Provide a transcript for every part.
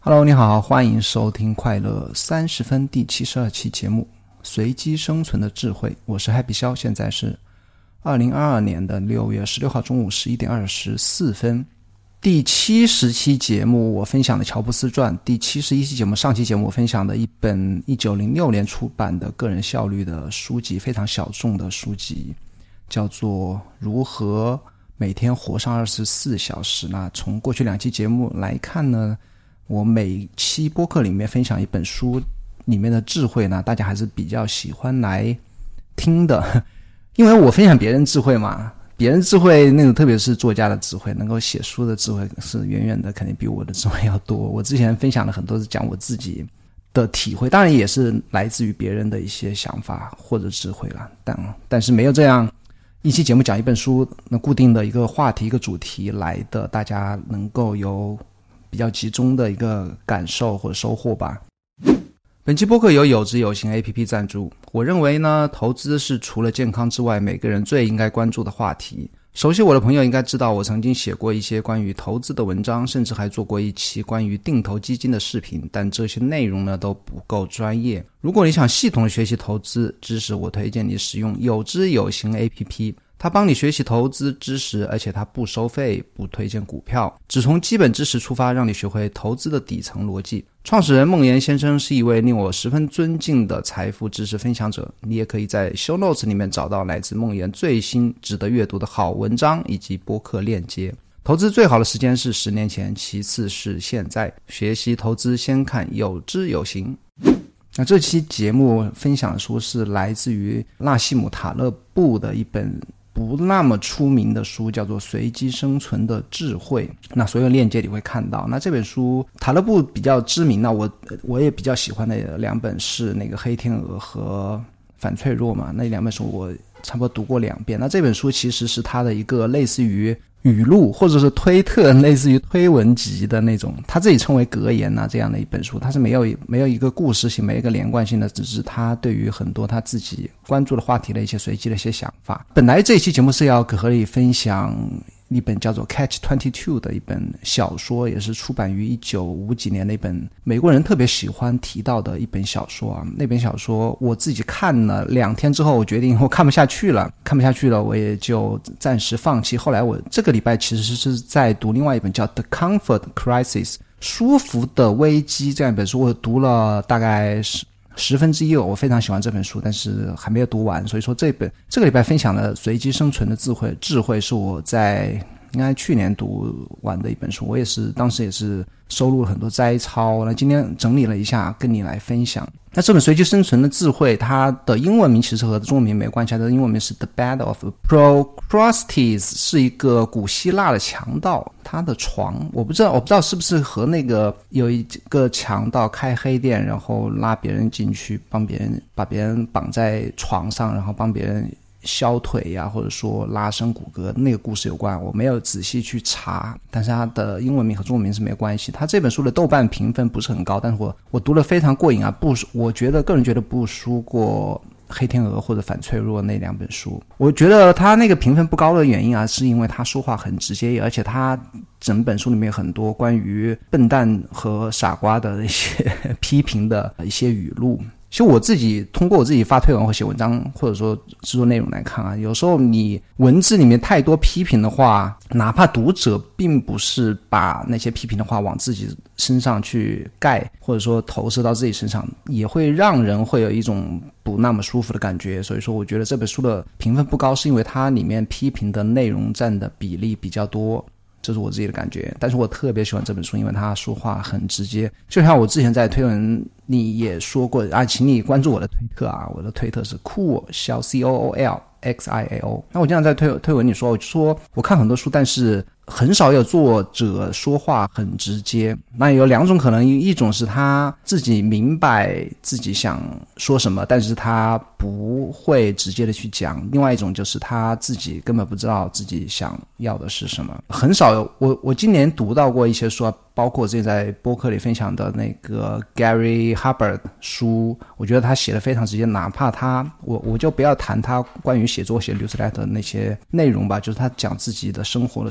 Hello， 你好，欢迎收听快乐30分第72期节目随机生存的智慧，我是 Happy 肖，现在是2022年的6月16号中午11点24分。第70期节目我分享的乔布斯传，第71期节目上期节目我分享的一本1906年出版的个人效率的书籍，非常小众的书籍，叫做如何每天活上24小时。那从过去2期节目来看呢，我每期播客里面分享一本书里面的智慧呢，大家还是比较喜欢来听的，因为我分享别人智慧嘛，别人智慧那种特别是作家的智慧，能够写书的智慧是远远的肯定比我的智慧要多。我之前分享了很多是讲我自己的体会，当然也是来自于别人的一些想法或者智慧了，但是没有这样一期节目讲一本书那固定的一个话题一个主题来的，大家能够有比较集中的一个感受或者收获吧。本期播客由有知有行 APP 赞助。我认为呢，投资是除了健康之外每个人最应该关注的话题。熟悉我的朋友应该知道，我曾经写过一些关于投资的文章，甚至还做过一期关于定投基金的视频，但这些内容呢都不够专业。如果你想系统的学习投资知识，我推荐你使用有知有行 APP。它帮你学习投资知识，而且它不收费，不推荐股票，只从基本知识出发，让你学会投资的底层逻辑。创始人孟岩先生是一位令我十分尊敬的财富知识分享者，你也可以在 show notes 里面找到来自孟岩最新值得阅读的好文章以及播客链接。投资最好的时间是10年前，其次是现在。学习投资先看有知有行。那这期节目分享的书是来自于纳西姆塔勒布的一本不那么出名的书，叫做《随机生存的智慧》。那所有链接你会看到。那这本书塔勒布比较知名，那我也比较喜欢的2本是那个《黑天鹅》和《反脆弱》嘛，那2本书我差不多读过2遍。那这本书其实是他的一个类似于语录或者是推特，类似于推文集的那种，他自己称为格言这样的一本书。它是没有一个故事性，没有一个连贯性的，只是他对于很多他自己关注的话题的一些随机的一些想法。本来这一期节目是要和你分享一本叫做 Catch 22的一本小说，也是出版于1950几年的一本美国人特别喜欢提到的一本小说啊。那本小说我自己看了2天之后，我决定我看不下去了，我也就暂时放弃。后来我这个礼拜其实是在读另外一本叫 The Comfort Crisis 舒服的危机这样一本书，我读了大概1/10，我非常喜欢这本书，但是还没有读完。所以说这个礼拜分享的随机生存的智慧是我在应该去年读完的一本书，我也是当时也是收录了很多摘抄，那今天整理了一下跟你来分享。那这本随机生存的智慧，它的英文名其实和中文名没关系，它的英文名是 The Bed of Procrustes， 是一个古希腊的强盗，他的床我不知道是不是和那个有一个强盗开黑店，然后拉别人进去把别人绑在床上，然后帮别人削腿或者说拉伸骨骼那个故事有关，我没有仔细去查，但是它的英文名和中文名是没关系。它这本书的豆瓣评分不是很高，但是我读了非常过瘾我个人觉得不输过黑天鹅或者反脆弱那2本书。我觉得他那个评分不高的原因是因为他说话很直接，而且他整本书里面有很多关于笨蛋和傻瓜的一些批评的一些语录。其实我自己通过我自己发推文或写文章或者说制作内容来看有时候你文字里面太多批评的话，哪怕读者并不是把那些批评的话往自己身上去盖，或者说投射到自己身上，也会让人会有一种不那么舒服的感觉。所以说我觉得这本书的评分不高，是因为它里面批评的内容占的比例比较多，这是我自己的感觉。但是我特别喜欢这本书，因为他说话很直接。就像我之前在推文里也说过请你关注我的推特我的推特是cool小 COOLXIAO。那我经常在推文里说，我就说我看很多书，但是很少有作者说话很直接。那有2种可能，一种是他自己明白自己想说什么，但是他不会直接的去讲，另外一种就是他自己根本不知道自己想要的是什么。很少有我今年读到过一些书包括我之前在播客里分享的那个 Gary Hubbard 书，我觉得他写的非常直接，哪怕我就不要谈他关于写作写 newsletter 的那些内容吧，就是他讲自己的生活的事情，我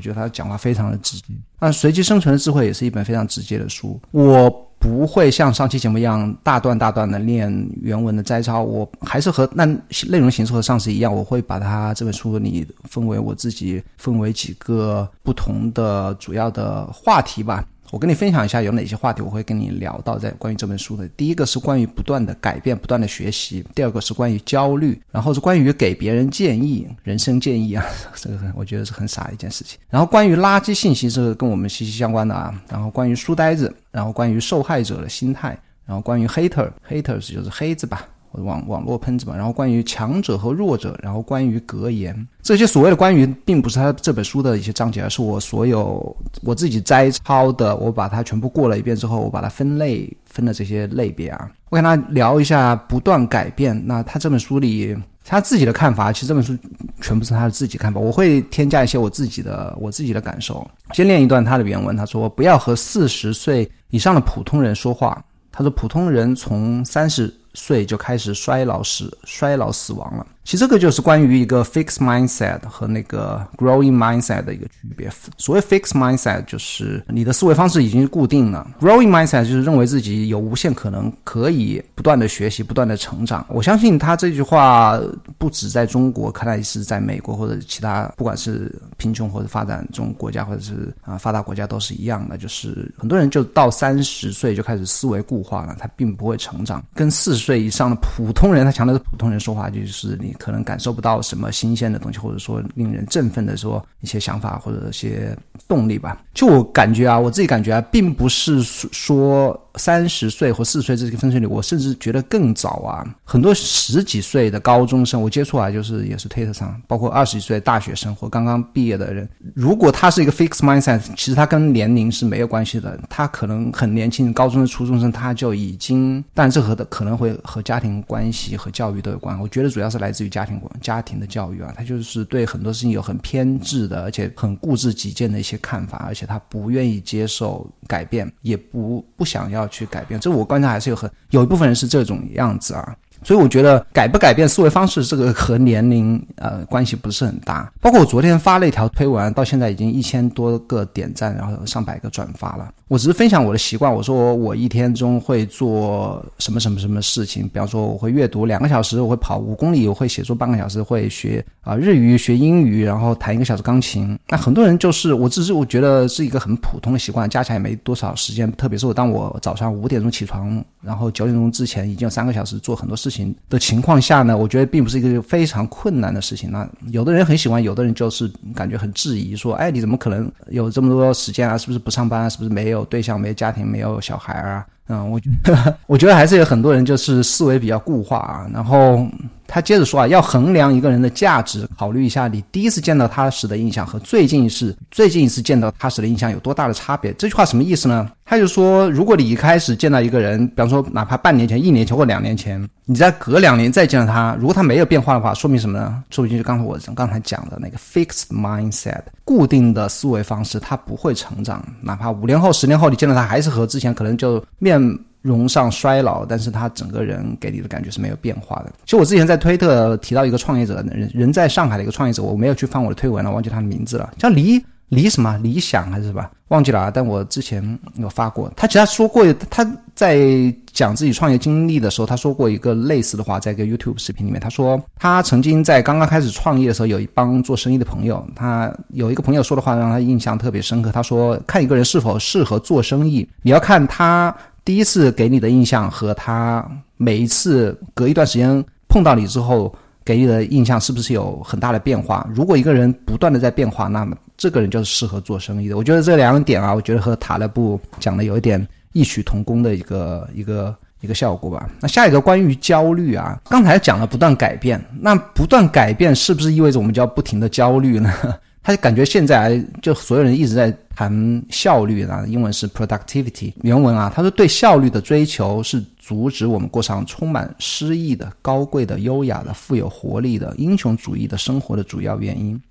觉得他讲话非常的直接。那随机生存的智慧也是一本非常直接的书，我不会像上期节目一样大段大段的念原文的摘抄，我还是和那内容形式和上次一样，我会把它这本书里分为几个不同的主要的话题吧。我跟你分享一下有哪些话题我会跟你聊到在关于这本书的。第一个是关于不断的改变，不断的学习。第二个是关于焦虑，然后是关于给别人建议，人生建议啊，这个我觉得是很傻的一件事情。然后关于垃圾信息，这个跟我们息息相关的啊。然后关于书呆子，然后关于受害者的心态，然后关于 haters 就是黑子吧，网络喷子嘛，然后关于强者和弱者，然后关于格言，这些所谓的关于并不是他这本书的一些章节，而是我自己摘抄的，我把它全部过了一遍之后，我把它分了这些类别啊。我跟他聊一下不断改变，那他这本书里他自己的看法，其实这本书全部是他的自己看法，我会添加一些我自己的感受。先念一段他的原文，他说不要和40岁以上的普通人说话，他说普通人从30岁就开始衰老死亡了。其实这个就是关于一个 fixed mindset 和那个 growing mindset 的一个区别。所谓 fixed mindset 就是你的思维方式已经固定了， growing mindset 就是认为自己有无限可能，可以不断的学习，不断的成长。我相信他这句话不止在中国，看来是在美国或者其他不管是贫穷或者发展中国家或者是发达国家都是一样的，就是很多人就到30岁就开始思维固化了，他并不会成长。跟40岁以上的普通人，他强调是普通人说话，就是你可能感受不到什么新鲜的东西，或者说令人振奋的说一些想法或者一些动力吧。就我自己感觉啊，并不是说30岁或40岁这个分水岭，我甚至觉得更早啊，很多10几岁的高中生我接触啊，就是也是 Twitter 上，包括20几岁的大学生或刚刚毕业的人，如果他是一个 fixed mindset， 其实他跟年龄是没有关系的，他可能很年轻，高中的初中生他就已经，但这可能会和家庭关系和教育都有关，我觉得主要是来自于家庭的教育啊，他就是对很多事情有很偏执的，而且很固执己见的一些看法，而且他不愿意接受改变，也不想要去改变，这我观察还是有一部分人是这种样子啊。所以我觉得改不改变思维方式这个和年龄关系不是很大。包括我昨天发了一条推文，到现在已经1000多个点赞，然后上百个转发了。我只是分享我的习惯，我说我一天中会做什么什么事情，比方说我会阅读2个小时，我会跑5公里，我会写作半个小时，会学日语学英语，然后弹1个小时钢琴。那很多人就是我觉得是一个很普通的习惯，加起来也没多少时间，特别是当我早上5点钟起床，然后9点钟之前已经有3个小时做很多事情的情况下呢，我觉得并不是一个非常困难的事情。那有的人很喜欢，有的人就是感觉很质疑，说你怎么可能有这么多时间啊，是不是不上班啊，是不是没有对象，没有家庭，没有小孩啊。我觉得还是有很多人就是思维比较固化啊。然后他接着说要衡量一个人的价值，考虑一下你第一次见到他时的印象和最近一次见到他时的印象有多大的差别。这句话什么意思呢？他就说如果你一开始见到一个人，比方说哪怕半年前、1年前或2年前，你再隔2年再见到他，如果他没有变化的话，说明什么呢？说明就是我刚才讲的那个 fixed mindset， 固定的思维方式，他不会成长。哪怕5年后、10年后你见到他还是和之前可能就面容上衰老，但是他整个人给你的感觉是没有变化的。其实我之前在推特提到一个创业者，人在上海的一个创业者，我没有去翻我的推文了，忘记他的名字了，叫理想还是吧，忘记了啊。但我之前有发过，他说过，他在讲自己创业经历的时候，他说过一个类似的话，在一个 YouTube 视频里面，他说他曾经在刚刚开始创业的时候，有一帮做生意的朋友，他有一个朋友说的话让他印象特别深刻。他说看一个人是否适合做生意，你要看他第一次给你的印象和他每一次隔一段时间碰到你之后给你的印象是不是有很大的变化。如果一个人不断的在变化，那么这个人就是适合做生意的。我觉得这2点啊，我觉得和塔勒布讲的有一点异曲同工的一个效果吧。那下一个关于焦虑啊，刚才讲了不断改变，那不断改变是不是意味着我们就要不停的焦虑呢？他感觉现在就所有人一直在谈效率啊，英文是 productivity。原文啊，他说对效率的追求是阻止我们过上充满诗意的、高贵的、优雅的、富有活力的、英雄主义的生活的主要原因。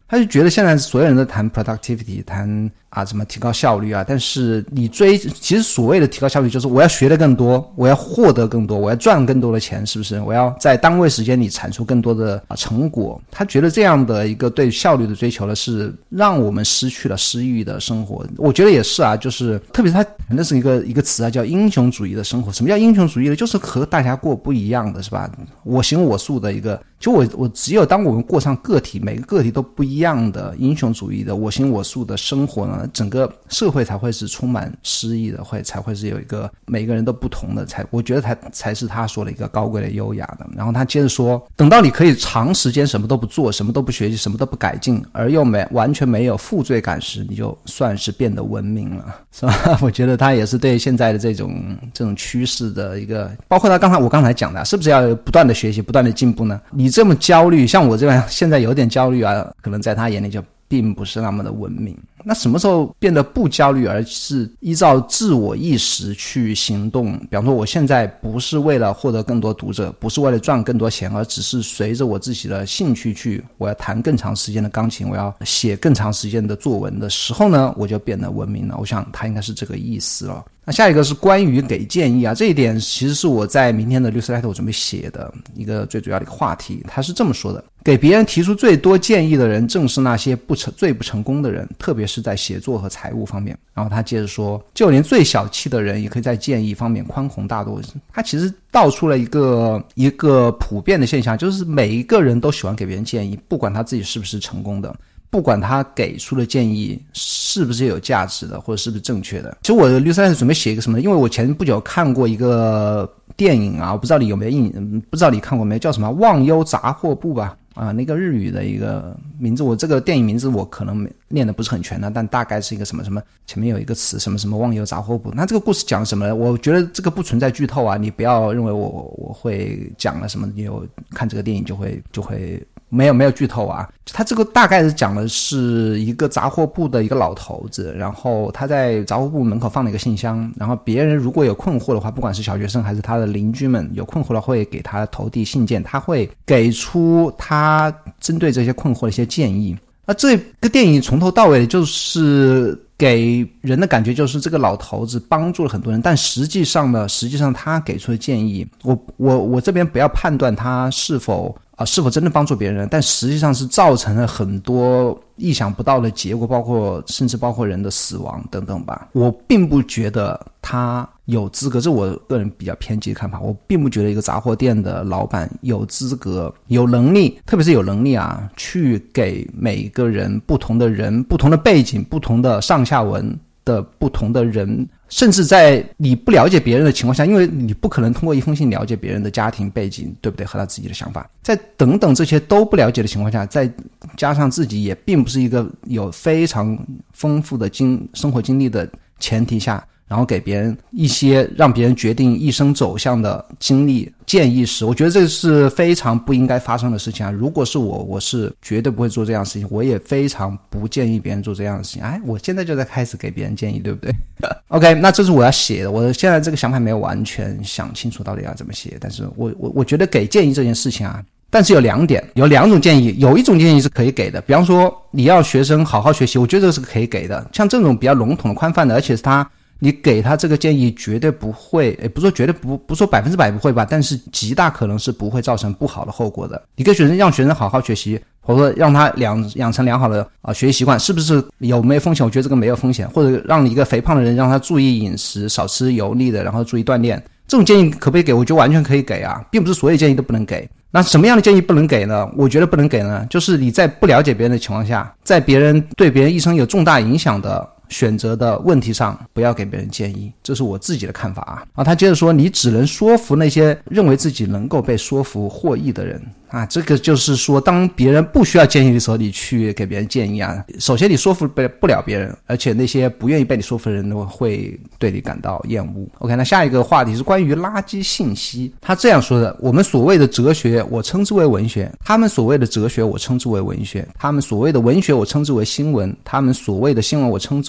他就觉得现在所有人都谈 productivity， 谈什么提高效率啊，但是其实所谓的提高效率就是我要学得更多，我要获得更多，我要赚更多的钱，是不是？我要在单位时间里产出更多的成果。他觉得这样的一个对效率的追求呢，是让我们失去了诗意的生活。我觉得也是啊，就是特别是他谈的是一个词啊，叫英雄主义的生活。什么叫英雄主义呢？就是和大家过不一样的，是吧？我行我素的一个，就我只有当我们过上每个个体都不一样的英雄主义的我行我素的生活呢，整个社会才会是充满诗意的，才会是有一个每个人都不同的，我觉得才是他说的一个高贵的优雅的。然后他接着说，等到你可以长时间什么都不做，什么都不学习，什么都不改进，而又完全没有负罪感时，你就算是变得文明了，是吧？我觉得他也是对现在的这种趋势的一个，包括我刚才讲的，是不是要不断的学习，不断的进步呢？你这么焦虑，像我这样现在有点焦虑啊，可能在他眼里就并不是那么的文明。那什么时候变得不焦虑，而是依照自我意识去行动？比方说我现在不是为了获得更多读者，不是为了赚更多钱，而只是随着我自己的兴趣我要弹更长时间的钢琴，我要写更长时间的作文的时候呢，我就变得文明了。我想他应该是这个意思了。那下一个是关于给建议啊，这一点其实是我在明天的newsletter我准备写的一个最主要的一个话题。他是这么说的：给别人提出最多建议的人，正是那些最不成功的人，特别是在写作和财务方面。然后他接着说，就连最小气的人也可以在建议方面宽宏大度。他其实道出了一个普遍的现象，就是每一个人都喜欢给别人建议，不管他自己是不是成功的，不管他给出的建议是不是有价值的，或者是不是正确的。其实我的newsletter准备写一个什么呢？因为我前不久看过一个电影啊，我不知道你有没有不知道你看过没有，叫什么忘忧杂货部吧。那个日语的一个名字，我这个电影名字我可能念的不是很全的，但大概是一个什么什么，前面有一个词什么什么忘忧杂货部。那这个故事讲什么呢？我觉得这个不存在剧透啊，你不要认为我会讲了什么，你有看这个电影就会没有剧透啊。他这个大概是讲的是一个杂货部的一个老头子，然后他在杂货部门口放了一个信箱，然后别人如果有困惑的话，不管是小学生还是他的邻居们有困惑的会给他投递信件，他会给出他针对这些困惑的一些建议。那这个电影从头到尾就是给人的感觉就是这个老头子帮助了很多人，但实际上他给出的建议，我这边不要判断他是否真的帮助别人，但实际上是造成了很多意想不到的结果，甚至包括人的死亡等等吧。我并不觉得他有资格，这我个人比较偏激的看法，我并不觉得一个杂货店的老板有资格有能力，特别是有能力啊，去给每个人不同的背景，不同的上下文的不同的人，甚至在你不了解别人的情况下，因为你不可能通过一封信了解别人的家庭背景，对不对？和他自己的想法，在等等这些都不了解的情况下，再加上自己也并不是一个有非常丰富的生活经历的前提下，然后给别人一些让别人决定一生走向的经历建议时，我觉得这是非常不应该发生的事情啊！如果是我是绝对不会做这样的事情，我也非常不建议别人做这样的事情。我现在就在开始给别人建议，对不对？OK， 那这是我要写的，我现在这个想法没有完全想清楚到底要怎么写，但是我觉得给建议这件事情啊，但是有两点，有两种建议，有一种建议是可以给的，比方说你要学生好好学习，我觉得这个是可以给的。像这种比较笼统的宽泛的，而且是你给他这个建议绝对不会，不说绝对不说100%不会吧，但是极大可能是不会造成不好的后果的。你给让学生好好学习，或者说让他养成良好的学习习惯，是不是有没有风险？我觉得这个没有风险。或者让你一个肥胖的人让他注意饮食，少吃油腻的，然后注意锻炼，这种建议可不可以给？我觉得完全可以给啊，并不是所有建议都不能给。那什么样的建议不能给呢？我觉得不能给呢，就是你在不了解别人的情况下，在对别人一生有重大影响的选择的问题上，不要给别人建议，这是我自己的看法啊。然后他接着说，你只能说服那些认为自己能够被说服获益的人啊。这个就是说，当别人不需要建议的时候，你去给别人建议啊。首先你说服不了别人，而且那些不愿意被你说服的人都会对你感到厌恶。OK， 那下一个话题是关于垃圾信息。他这样说的：我们所谓的哲学我称之为文学，他们所谓的哲学我称之为文学，他们所谓的文学我称之为新闻，他们所谓的新闻我称之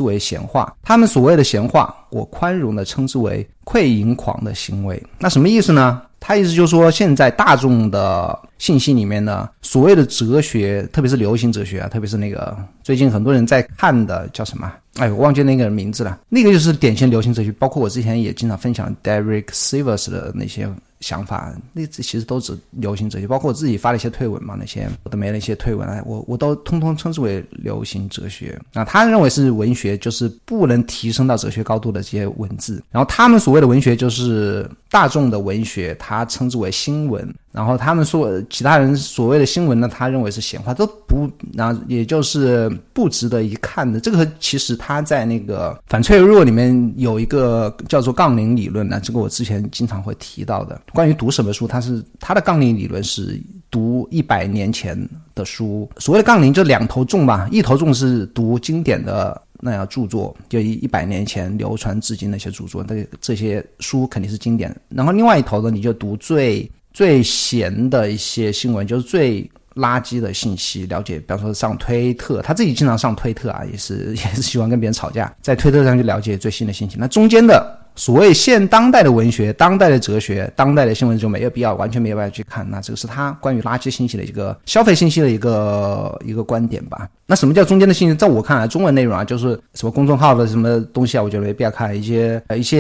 为闲话，他们所谓的闲话，我宽容的称之为聩淫狂的行为。那什么意思呢？他意思就是说，现在大众的信息里面呢，所谓的哲学，特别是流行哲学啊，特别是那个最近很多人在看的叫什么？我忘记那个名字了。那个就是典型流行哲学，包括我之前也经常分享 Derek Sivers 的那些想法，那其实都是流行哲学，包括我自己发了一些推文嘛，那些我都没了一些推文啊，我都通通称之为流行哲学。那他认为是文学，就是不能提升到哲学高度的这些文字，然后他们所谓的文学就是大众的文学，他称之为新闻。然后他们说其他人所谓的新闻呢，他认为是闲话，都不，然后也就是不值得一看的。这个其实他在那个反脆弱里面有一个叫做杠铃理论呢，这个我之前经常会提到的。关于读什么书，他的杠铃理论是读100年前的书。所谓的杠铃就两头重吧，一头重是读经典的那样著作，就100年前流传至今那些著作，这些书肯定是经典。然后另外一头呢，你就读最闲的一些新闻，就是最垃圾的信息，了解，比方说上推特，他自己经常上推特啊，也是喜欢跟别人吵架，在推特上就了解最新的信息。那中间的所谓现当代的文学、当代的哲学、当代的新闻就没有必要，完全没有办法去看。那这个是他关于垃圾信息的一个消费信息的一个观点吧。那什么叫中间的信息？在我看来，中文内容啊，就是什么公众号的什么东西啊，我觉得没必要看。一些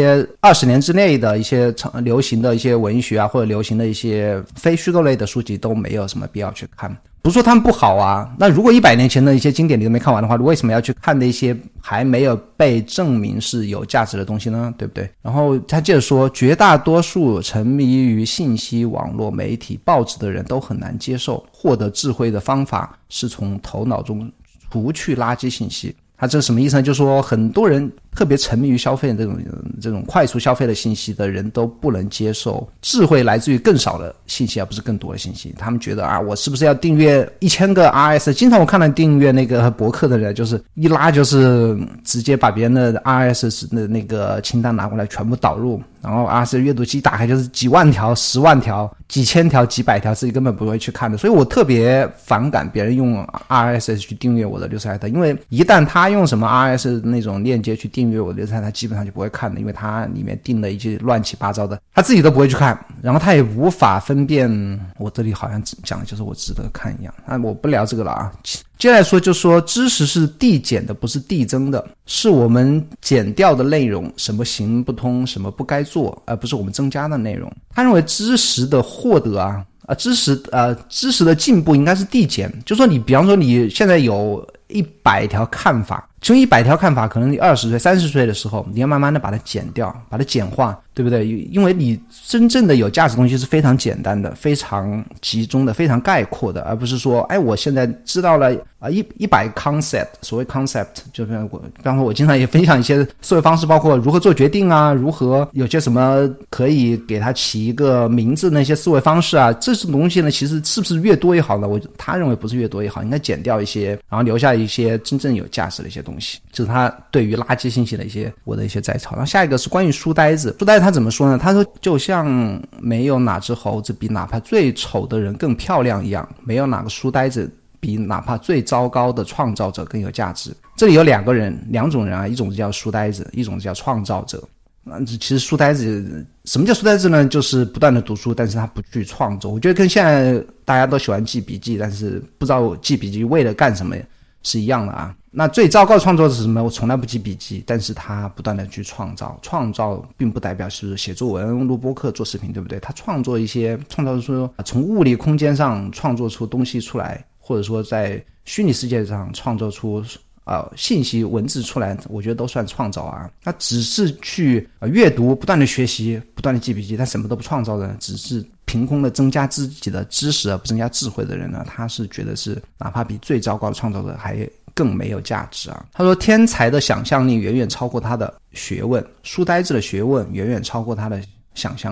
20年之内的一些流行的一些文学啊，或者流行的一些非虚构类的书籍都没有什么必要去看。不是说他们不好啊，那如果100年前的一些经典你都没看完的话，为什么要去看那些还没有被证明是有价值的东西呢？对不对？然后他接着说，绝大多数沉迷于信息网络媒体报纸的人都很难接受获得智慧的方法是从头脑中除去垃圾信息。他这什么意思呢？就是说很多人特别沉迷于消费的这种快速消费的信息的人都不能接受智慧来自于更少的信息而不是更多的信息。他们觉得啊，我是不是要订阅1000个 RS？ 经常我看到订阅那个博客的人，就是一拉就是直接把别人的 RS 的那个清单拿过来全部导入，然后 RS 阅读器打开就是几万条、10万条、几千条、几百条，自己根本不会去看的。所以我特别反感别人用 RSS 去订阅我的newsletter，因为一旦他用什么 RSS 那种链接去订阅我的newsletter，他基本上就不会看的，因为他里面订了一些乱七八糟的，他自己都不会去看，然后他也无法分辨。我这里好像讲的就是我值得看一样啊，我不聊这个了啊。接下来说，就说知识是递减的，不是递增的，是我们减掉的内容，什么行不通，什么不该做，而不是我们增加的内容。他认为知识的获得知识的进步应该是递减，就说你比方说你现在有100条看法，其中100条看法可能你20岁、30岁的时候，你要慢慢的把它减掉，把它简化，对不对？因为你真正的有价值的东西是非常简单的、非常集中的、非常概括的，而不是说，我现在知道了100 concept， 所谓 concept， 就是比方说我经常也分享一些思维方式，包括如何做决定啊，如何有些什么可以给它起一个名字那些思维方式啊，这种东西呢，其实是不是越多越好呢？他认为不是越多越好，应该减掉一些，然后留下一些真正有价值的一些东西。这是他对于垃圾信息的我的一些摘抄。然后下一个是关于书呆子他怎么说呢？他说就像没有哪只猴子比哪怕最丑的人更漂亮一样，没有哪个书呆子比哪怕最糟糕的创造者更有价值。这里有两种人啊，一种叫书呆子，一种叫创造者。其实书呆子，什么叫书呆子呢？就是不断的读书，但是他不去创作。我觉得跟现在大家都喜欢记笔记，但是不知道记笔记为了干什么是一样的啊。那最糟糕的创作者是什么？我从来不记笔记，但是他不断的去创造并不代表是写作文、录播客、做视频，对不对？他创造出从物理空间上创作出东西出来，或者说在虚拟世界上创造出信息文字出来，我觉得都算创造啊。他只是去阅读，不断的学习，不断的记笔记，但什么都不创造的，只是凭空的增加自己的知识而不增加智慧的人呢，他是觉得是哪怕比最糟糕的创造者还更没有价值啊。他说天才的想象力远远超过他的学问，书呆子的学问远远超过他的想象力。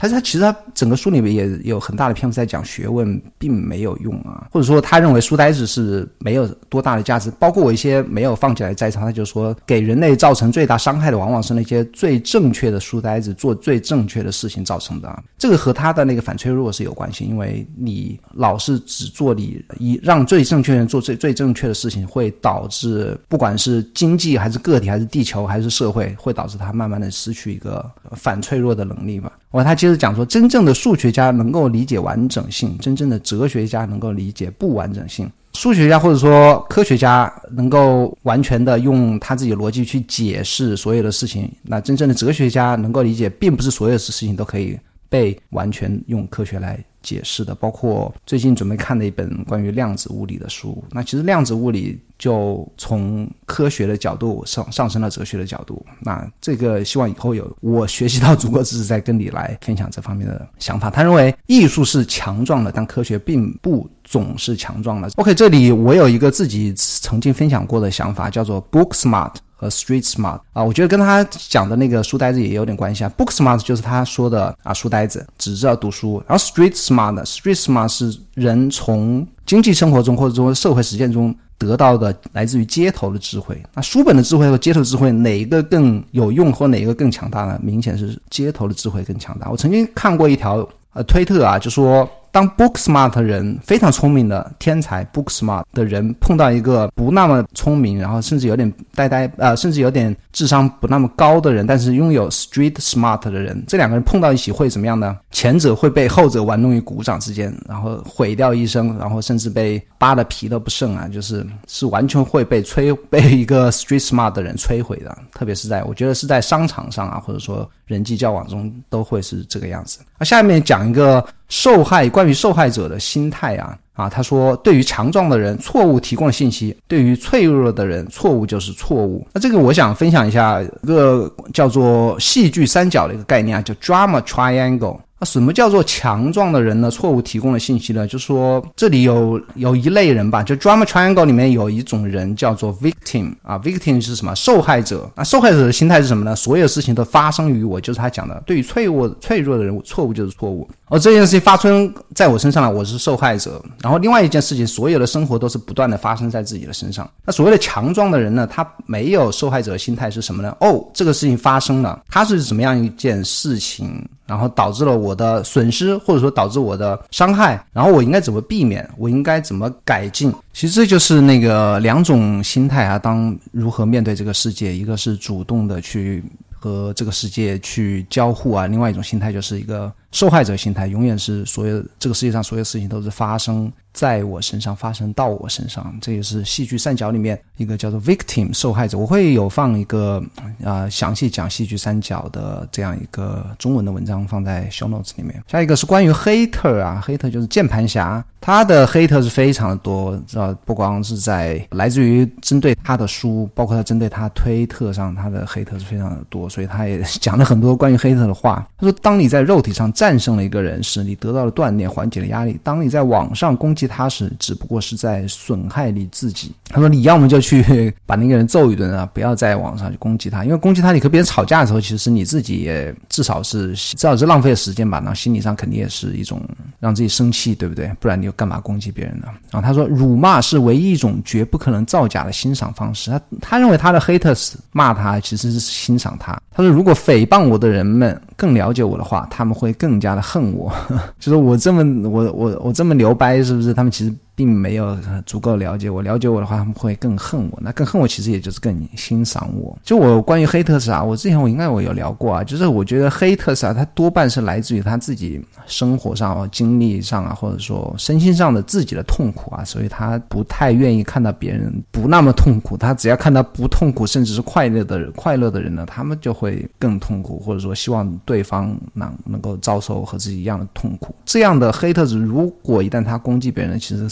他其实他整个书里面也有很大的篇幅在讲学问并没有用啊，或者说他认为书呆子是没有多大的价值，包括我一些没有放起来摘抄，他就说给人类造成最大伤害的往往是那些最正确的书呆子做最正确的事情造成的啊。这个和他的那个反脆弱是有关系，因为你老是只做你让最正确的人做最正确的事情，会导致不管是经济还是个体还是地球还是社会，会导致他慢慢的失去一个反脆弱的能力嘛。他接着讲说，真正的数学家能够理解完整性，真正的哲学家能够理解不完整性。数学家或者说科学家能够完全的用他自己的逻辑去解释所有的事情，那真正的哲学家能够理解并不是所有的事情都可以被完全用科学来解释的。包括最近准备看的一本关于量子物理的书，那其实量子物理就从科学的角度上升到哲学的角度，那这个希望以后有我学习到足够知识再跟你来分享这方面的想法。他认为艺术是强壮的，但科学并不总是强壮的。 OK， 这里我有一个自己曾经分享过的想法，叫做 book smart和 street smart 啊，我觉得跟他讲的那个书呆子也有点关系啊。book smart 就是他说的啊，书呆子只知道读书，然后 street smart 是人从经济生活中或者说社会实践中得到的来自于街头的智慧。那书本的智慧和街头智慧哪一个更有用或哪一个更强大呢？明显是街头的智慧更强大。我曾经看过一条推特啊，就说当 book smart 的人，非常聪明的天才 book smart 的人碰到一个不那么聪明，然后甚至有点甚至有点智商不那么高的人，但是拥有 street smart 的人，这两个人碰到一起会怎么样呢？前者会被后者玩弄于股掌之间，然后毁掉一生，然后甚至被扒的皮都不剩啊，是完全会被一个 street smart 的人摧毁的。特别是我觉得是在商场上啊，或者说人际交往中都会是这个样子。下面讲一个关于受害者的心态啊，他说对于强壮的人错误提供了信息，对于脆弱的人错误就是错误。那这个我想分享一下一个叫做戏剧三角的一个概念啊，叫 drama triangle。什么叫做强壮的人呢？错误提供了信息呢？就是说这里有一类人吧，就 drama triangle 里面有一种人叫做 victim 啊 ，victim 是什么？受害者。那受害者的心态是什么呢？所有事情都发生于我，就是他讲的，对于脆弱的人，错误就是错误。这件事情发生在我身上了，我是受害者。然后另外一件事情，所有的生活都是不断的发生在自己的身上。那所谓的强壮的人呢，他没有受害者的心态是什么呢？这个事情发生了，它是怎么样一件事情，然后导致了我的损失，或者说导致我的伤害，然后我应该怎么避免，我应该怎么改进。其实这就是那个两种心态啊，当如何面对这个世界，一个是主动的去和这个世界去交互啊，另外一种心态就是一个受害者心态，永远是这个世界上所有事情都是发生在我身上，发生到我身上。这也是戏剧三角里面一个叫做 victim 受害者。我会有放一个详细讲戏剧三角的这样一个中文的文章放在 show notes 里面。下一个是关于 hater 啊 hater 就是键盘侠，他的 hater 是非常的多，不光是在来自于针对他的书，包括他针对他推特上，他的 hater 是非常的多，所以他也讲了很多关于 hater 的话。他说当你在肉体上战胜了一个人时，你得到了锻炼，缓解了压力。当你在网上攻击他时，只不过是在损害你自己。他说你要么就去把那个人揍一顿啊，不要在网上去攻击他，因为攻击他你和别人吵架的时候，其实你自己也至少是浪费了时间吧，然后心理上肯定也是一种让自己生气，对不对？不然你又干嘛攻击别人呢？然后他说辱骂是唯一一种绝不可能造假的欣赏方式。他认为他的 haters 骂他其实是欣赏他。他说如果诽谤我的人们更了解我的话，他们会更加的恨我。就是我这么牛掰，是不是他们其实并没有足够了解我，了解我的话他们会更恨我，那更恨我其实也就是更欣赏我。就我关于 haters 啊，我之前我有聊过啊，就是我觉得 haters 啊，他多半是来自于他自己生活上经历上啊，或者说身心上的自己的痛苦啊，所以他不太愿意看到别人不那么痛苦，他只要看到不痛苦甚至是快乐的人呢，他们就会更痛苦，或者说希望对方能够遭受和自己一样的痛苦。这样的 haters 如果一旦他攻击别人，其实是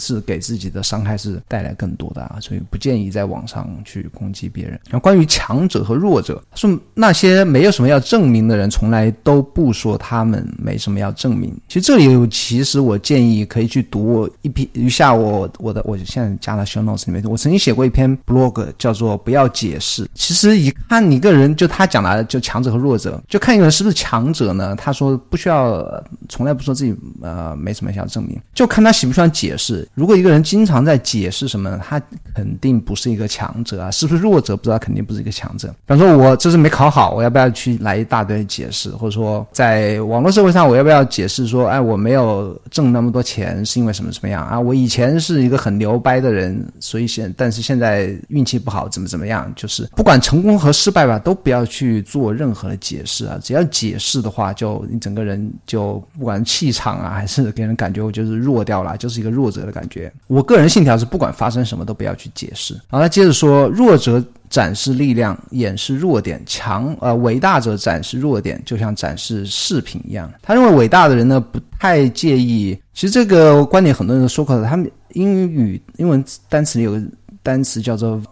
是给自己的伤害是带来更多的啊，所以不建议在网上去攻击别人。然后关于强者和弱者，说那些没有什么要证明的人从来都不说他们没什么要证明。其实这里其实我建议可以去读一下我现在加到 show notes 里面，我曾经写过一篇 blog 叫做不要解释。其实一看一个人，就他讲的就强者和弱者，就看一个人是不是强者呢，他说不需要从来不说自己没什么想证明，就看他喜不喜欢解释。如果一个人经常在解释什么，他肯定不是一个强者啊，是不是弱者不知道，肯定不是一个强者。比方说我这次没考好，我要不要去来一大堆解释，或者说在网络社会上我要不要解释说，哎，我没有挣那么多钱是因为什么什么样啊，我以前是一个很牛掰的人，所以但是现在运气不好怎么样，就是不管成功和失败吧，都不要去做任何的解释啊，只要解释的话，就你整个人就不管气场啊还是给人感觉就是弱掉了，就是一个弱者的感觉。我个人信条是不管发生什么都不要去解释。好，那接着说，弱者展示力量，掩饰弱点，伟大者展示弱点，就像展示饰品一样。他认为伟大的人呢不太介意，其实这个观点很多人都说过，他们英文单词里有个单词叫做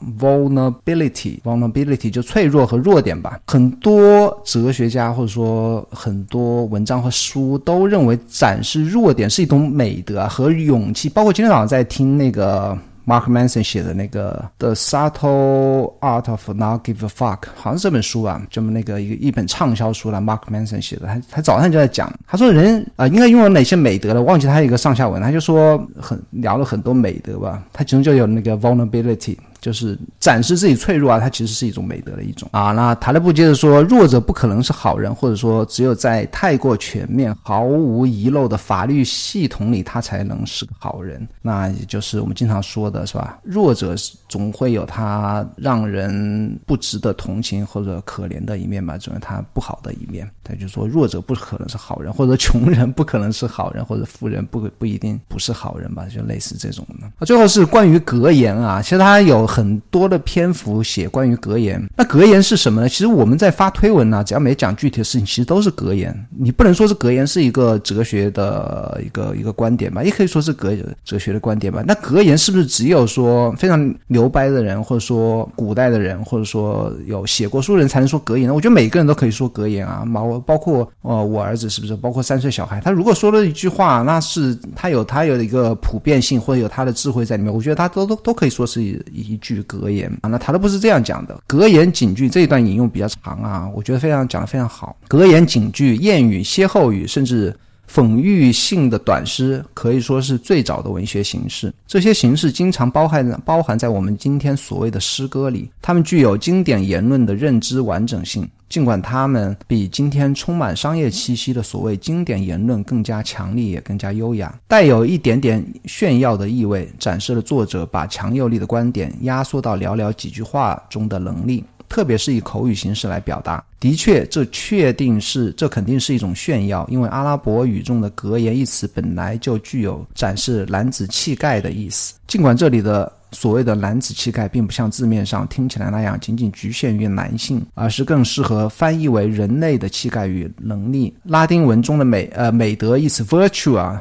vulnerability 就脆弱和弱点吧。很多哲学家或者说很多文章和书都认为展示弱点是一种美德和勇气，包括今天早上在听那个Mark Manson 写的那个 The Subtle Art of Not Give a Fuck， 好像是这本书啊，这么那个一本畅销书啦 Mark Manson 写的，他早上就在讲，他说人应该拥有哪些美德了，忘记他有一个上下文，他就说聊了很多美德吧，他其中就有那个 vulnerability，就是展示自己脆弱啊，它其实是一种美德的一种啊。那塔勒布接着说，弱者不可能是好人，或者说只有在太过全面毫无遗漏的法律系统里他才能是个好人。那也就是我们经常说的是吧，弱者总会有他让人不值得同情或者可怜的一面吧，总有他不好的一面。他就说弱者不可能是好人，或者穷人不可能是好人，或者富人不一定不是好人吧，就类似这种的。最后是关于格言啊，其实他有很多的篇幅写关于格言。那格言是什么呢？其实我们在发推文啊，只要没讲具体的事情，其实都是格言。你不能说是格言是一个哲学的一个观点吧，也可以说是哲学的观点吧。那格言是不是只有说非常牛掰的人，或者说古代的人，或者说有写过书的人才能说格言呢？我觉得每个人都可以说格言啊，包括我儿子是不是，包括3岁小孩，他如果说了一句话，那是他有一个普遍性或者有他的智慧在里面，我觉得他都可以说是一句格言啊。那塔勒布是这样讲的，格言警句这一段引用比较长啊，我觉得讲得非常好。格言警句、谚语、歇后语，甚至讽喻性的短诗，可以说是最早的文学形式。这些形式经常包含在我们今天所谓的诗歌里，它们具有经典言论的认知完整性，尽管它们比今天充满商业气息的所谓经典言论更加强力也更加优雅，带有一点点炫耀的意味，展示了作者把强有力的观点压缩到寥寥几句话中的能力，特别是以口语形式来表达。的确，这肯定是一种炫耀，因为阿拉伯语中的格言一词本来就具有展示男子气概的意思，尽管这里的所谓的男子气概并不像字面上听起来那样仅仅局限于男性，而是更适合翻译为人类的气概与能力。拉丁文中的美德一词 virtue 啊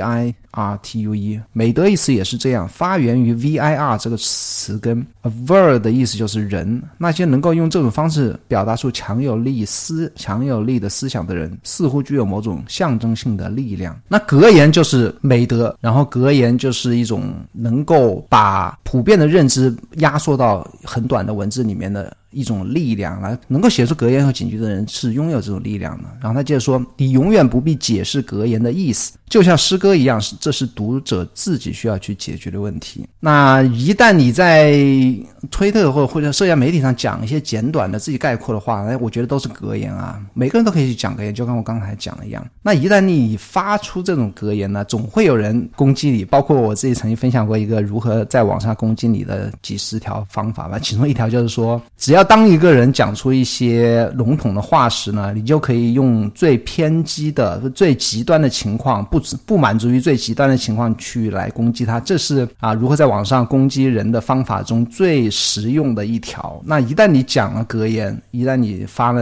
virtue， 美德一词也是这样，发源于 vir 这个词根， ver 的意思就是人。那些能够用这种方式表达出强有力的思想的人，似乎具有某种象征性的力量。那格言就是美德，然后格言就是一种能够把普遍的认知压缩到很短的文字里面的一种力量，来能够写出格言和警句的人是拥有这种力量的。然后他接着说，你永远不必解释格言的意思，就像诗歌一样，这是读者自己需要去解决的问题。那一旦你在推特或者社交媒体上讲一些简短的自己概括的话，我觉得都是格言啊，每个人都可以去讲格言，就跟我刚才讲的一样。那一旦你发出这种格言呢，总会有人攻击你，包括我自己曾经分享过一个如何在网上攻击你的几十条方法吧，其中一条就是说，只要当一个人讲出一些笼统的话时呢，你就可以用最偏激的最极端的情况，不满足于最极端的情况去来攻击他，这是如何在网上攻击人的方法中最实用的一条。那一旦你讲了格言，一旦你发了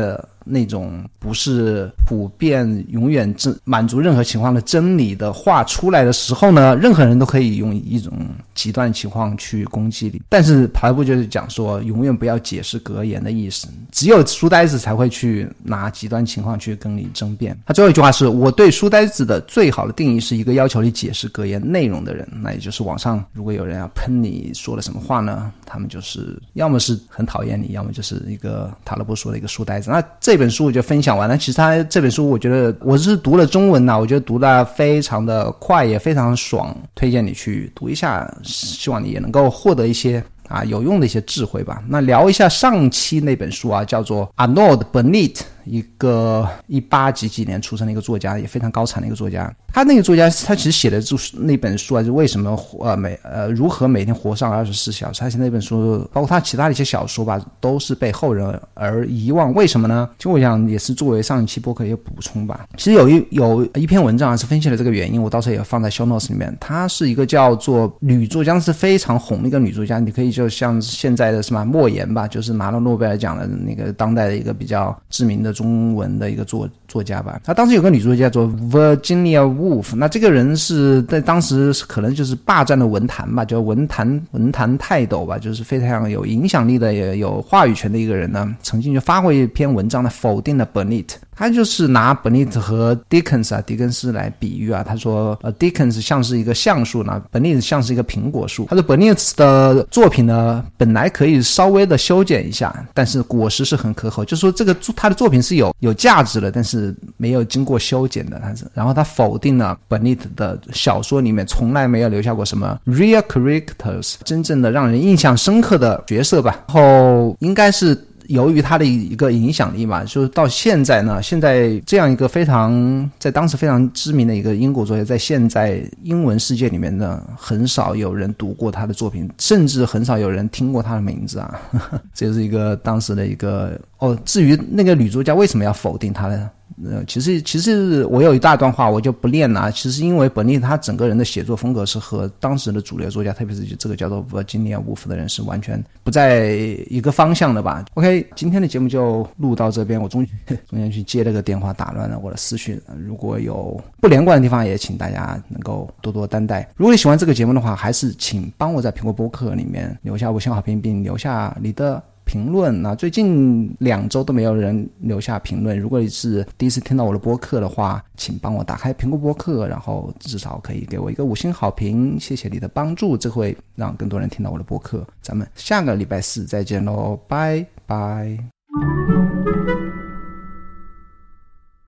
那种不是普遍永远满足任何情况的真理的话出来的时候呢，任何人都可以用一种极端情况去攻击你。但是帕拉布就是讲说永远不要解释格言的意思，只有书呆子才会去拿极端情况去跟你争辩。他最后一句话是，我对书呆子的最好的定义是一个要求你解释格言内容的人。那也就是网上如果有人要喷你说了什么话呢，他们就是要么是很讨厌你，要么就是一个塔勒布说的一个书呆子。那这本书我就分享完了。其实他这本书我觉得我是读了中文我觉得读得非常的快，也非常爽，推荐你去读一下，希望你也能够获得一些有用的一些智慧吧。那聊一下上期那本书叫做 Arnaud Bonit， 一个18几年出生的一个作家，也非常高产的一个作家。他那个作家他其实写的就是那本书就为什么如何每天活上24小时。他写那本书包括他其他的一些小说吧，都是被后人而遗忘。为什么呢？其实我想也是作为上一期播客一个补充吧。其实有一篇文章是分析了这个原因，我到时候也放在 show notes 里面。她是一个叫做女作家，是非常红的一个女作家，你可以就像现在的什么莫言吧，就是拿了诺贝尔奖的那个当代的一个比较知名的中文的一个作家吧。他当时有个女作家叫做 Virginia Woolf， 那这个人是在当时可能就是霸占了文坛吧，叫文坛泰斗吧，就是非常有影响力的也有话语权的一个人呢，曾经就发过一篇文章呢，否定了 Bonit。他就是拿 Bonit 和 Dickens 狄更斯来比喻他说Dickens 像是一个橡树呢， Bonit 像是一个苹果树。他说 Bonit 的作品呢本来可以稍微的修剪一下，但是果实是很可口，就是说这个他的作品是有价值的，但是没有经过修剪的。然后他否定了 Bonit 的小说里面从来没有留下过什么 real characters， 真正的让人印象深刻的角色吧。然后应该是由于他的一个影响力嘛，就是到现在这样一个在当时非常知名的一个英国作家，在现在英文世界里面呢，很少有人读过他的作品，甚至很少有人听过他的名字这是一个当时的一个至于那个女作家为什么要否定他呢？其实我有一大段话我就不念了。其实因为本利他整个人的写作风格是和当时的主流作家，特别是这个叫做 Virginia Woolf 的人是完全不在一个方向的吧。 OK， 今天的节目就录到这边。我中间去接了个电话，打乱了我的思绪，如果有不连贯的地方也请大家能够多多担待。如果你喜欢这个节目的话，还是请帮我在苹果播客里面留下5星好评，并留下你的评论最近2周都没有人留下评论。如果你是第一次听到我的播客的话，请帮我打开苹果播客，然后至少可以给我一个5星好评，谢谢你的帮助，这会让更多人听到我的播客。咱们下个礼拜4再见咯，拜拜。